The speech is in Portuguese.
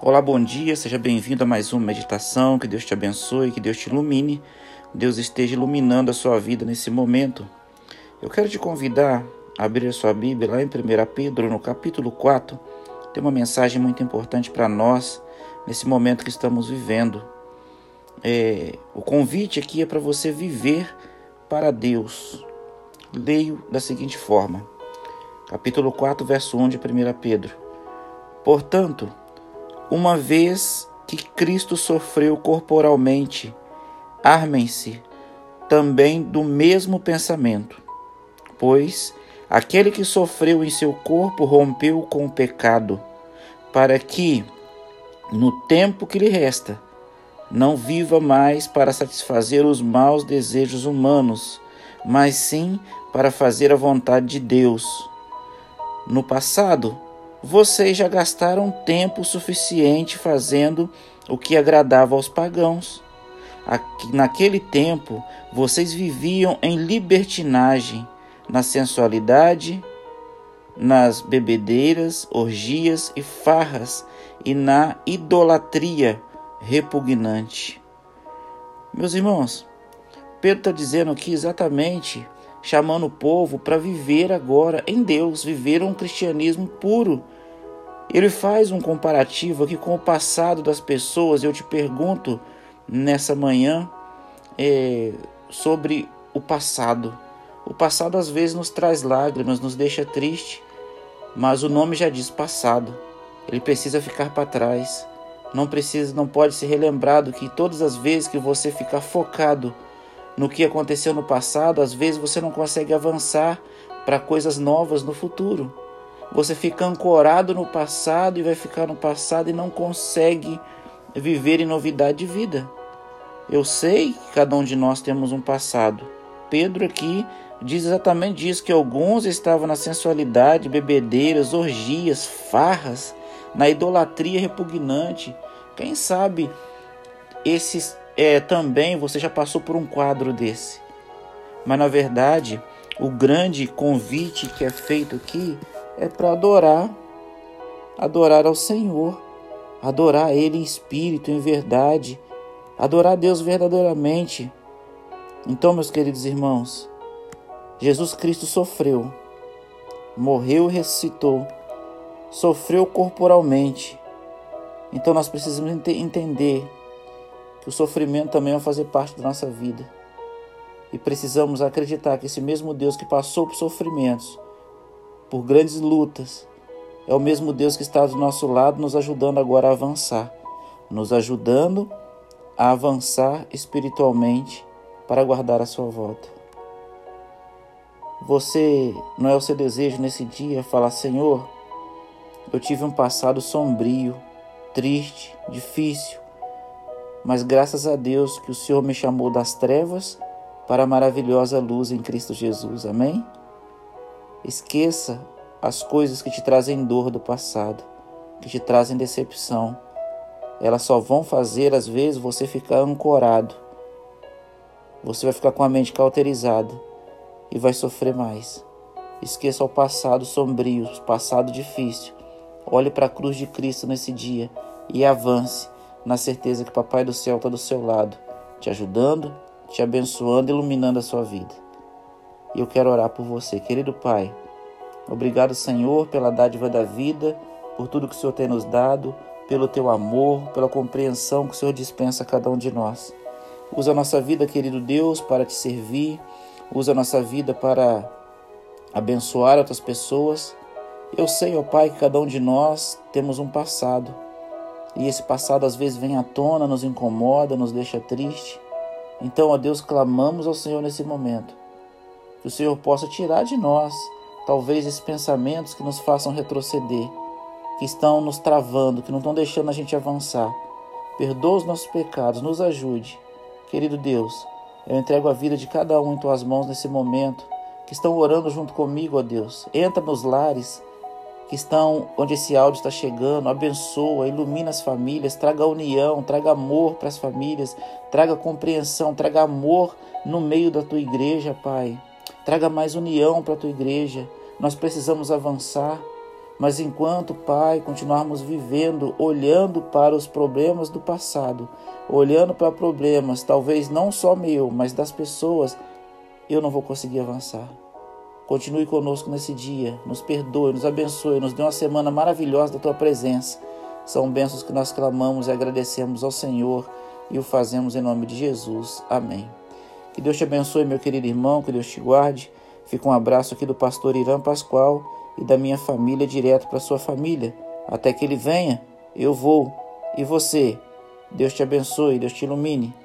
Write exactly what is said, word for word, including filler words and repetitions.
Olá, bom dia, seja bem-vindo a mais uma meditação, que Deus te abençoe, que Deus te ilumine, Deus esteja iluminando a sua vida nesse momento. Eu quero te convidar a abrir a sua Bíblia lá em primeira Pedro, no capítulo quatro, tem uma mensagem muito importante para nós, nesse momento que estamos vivendo. É, o convite aqui é para você viver para Deus. Leio da seguinte forma, capítulo quatro, verso um de primeira Pedro. Portanto, uma vez que Cristo sofreu corporalmente, armem-se também do mesmo pensamento, pois aquele que sofreu em seu corpo rompeu com o pecado, para que, no tempo que lhe resta, não viva mais para satisfazer os maus desejos humanos, mas sim para fazer a vontade de Deus. No passado, vocês já gastaram tempo suficiente fazendo o que agradava aos pagãos. Naquele tempo, vocês viviam em libertinagem, na sensualidade, nas bebedeiras, orgias e farras, e na idolatria repugnante. Meus irmãos, Pedro está dizendo aqui exatamente, chamando o povo para viver agora em Deus, viver um cristianismo puro. Ele faz um comparativo aqui com o passado das pessoas. Eu te pergunto nessa manhã é, sobre o passado. O passado às vezes nos traz lágrimas, nos deixa triste, mas o nome já diz passado. Ele precisa ficar para trás. Não precisa, não pode ser relembrado que todas as vezes que você ficar focado no que aconteceu no passado, às vezes você não consegue avançar para coisas novas no futuro. Você fica ancorado no passado e vai ficar no passado e não consegue viver em novidade de vida. Eu sei que cada um de nós temos um passado. Pedro aqui diz exatamente isso, que alguns estavam na sensualidade, bebedeiras, orgias, farras, na idolatria repugnante. Quem sabe esses é, também você já passou por um quadro desse. Mas na verdade, o grande convite que é feito aqui é para adorar, adorar ao Senhor, adorar Ele em espírito, em verdade, adorar a Deus verdadeiramente. Então, meus queridos irmãos, Jesus Cristo sofreu, morreu e ressuscitou, sofreu corporalmente. Então nós precisamos ent- entender que o sofrimento também vai fazer parte da nossa vida. E precisamos acreditar que esse mesmo Deus que passou por sofrimentos, por grandes lutas, é o mesmo Deus que está do nosso lado, nos ajudando agora a avançar, nos ajudando a avançar espiritualmente para guardar a sua volta. Você, não é o seu desejo nesse dia falar: Senhor, eu tive um passado sombrio, triste, difícil, mas graças a Deus que o Senhor me chamou das trevas para a maravilhosa luz em Cristo Jesus. Amém? Esqueça as coisas que te trazem dor do passado, que te trazem decepção. Elas só vão fazer, às vezes, você ficar ancorado. Você vai ficar com a mente cauterizada e vai sofrer mais. Esqueça o passado sombrio, o passado difícil. Olhe para a cruz de Cristo nesse dia e avance na certeza que o Papai do Céu está do seu lado, te ajudando, te abençoando, iluminando a sua vida. E eu quero orar por você, querido Pai. Obrigado, Senhor, pela dádiva da vida, por tudo que o Senhor tem nos dado, pelo teu amor, pela compreensão que o Senhor dispensa a cada um de nós. Usa a nossa vida, querido Deus, para te servir. Usa a nossa vida para abençoar outras pessoas. Eu sei, ó Pai, que cada um de nós temos um passado. E esse passado às vezes vem à tona, nos incomoda, nos deixa triste. Então, ó Deus, clamamos ao Senhor nesse momento. Que o Senhor possa tirar de nós, talvez, esses pensamentos que nos façam retroceder, que estão nos travando, que não estão deixando a gente avançar. Perdoa os nossos pecados, nos ajude. Querido Deus, eu entrego a vida de cada um em Tuas mãos nesse momento, que estão orando junto comigo, ó Deus. Entra nos lares que estão onde esse áudio está chegando, abençoa, ilumina as famílias, traga união, traga amor para as famílias, traga compreensão, traga amor no meio da Tua igreja, Pai. Traga mais união para a Tua igreja. Nós precisamos avançar, Mas enquanto, Pai, continuarmos vivendo, olhando para os problemas do passado, olhando para problemas, talvez não só meu, mas das pessoas, eu não vou conseguir avançar. Continue conosco nesse dia, nos perdoe, nos abençoe, nos dê uma semana maravilhosa da Tua presença. São bênçãos que nós clamamos e agradecemos ao Senhor e o fazemos em nome de Jesus. Amém. Que Deus te abençoe, meu querido irmão, que Deus te guarde. Fica um abraço aqui do pastor Irã Pascoal e da minha família direto para sua família. Até que ele venha, eu vou. E você? Deus te abençoe, Deus te ilumine.